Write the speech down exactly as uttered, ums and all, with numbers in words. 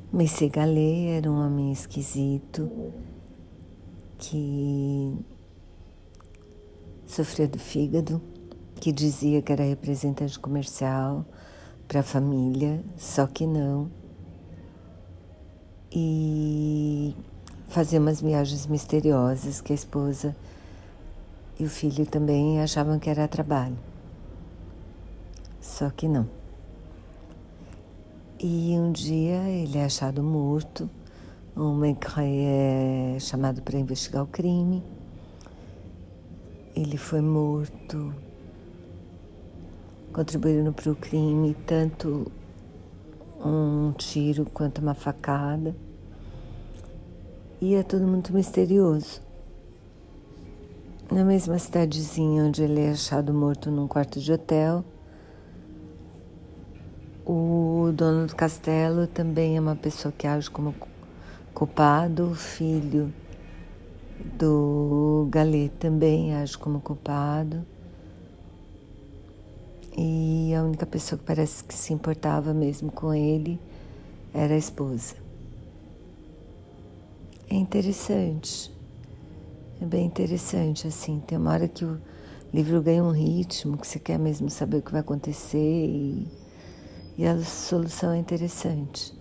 Messie Gallet era um homem esquisito que sofria do fígado, que dizia que era representante comercial para a família, só que não. E fazia umas viagens misteriosas que a esposa e o filho também achavam que era trabalho, só que não. E um dia ele é achado morto, um maigret é chamado para investigar o crime. Ele foi morto, contribuindo para o crime, tanto um tiro quanto uma facada. E é tudo muito misterioso. Na mesma cidadezinha onde ele é achado morto num quarto de hotel, o dono do castelo também é uma pessoa que age como culpado, o filho do Gallet também age como culpado. E a única pessoa que parece que se importava mesmo com ele era a esposa. É interessante, é bem interessante, assim, tem uma hora que o livro ganha um ritmo, que você quer mesmo saber o que vai acontecer e, e a solução é interessante.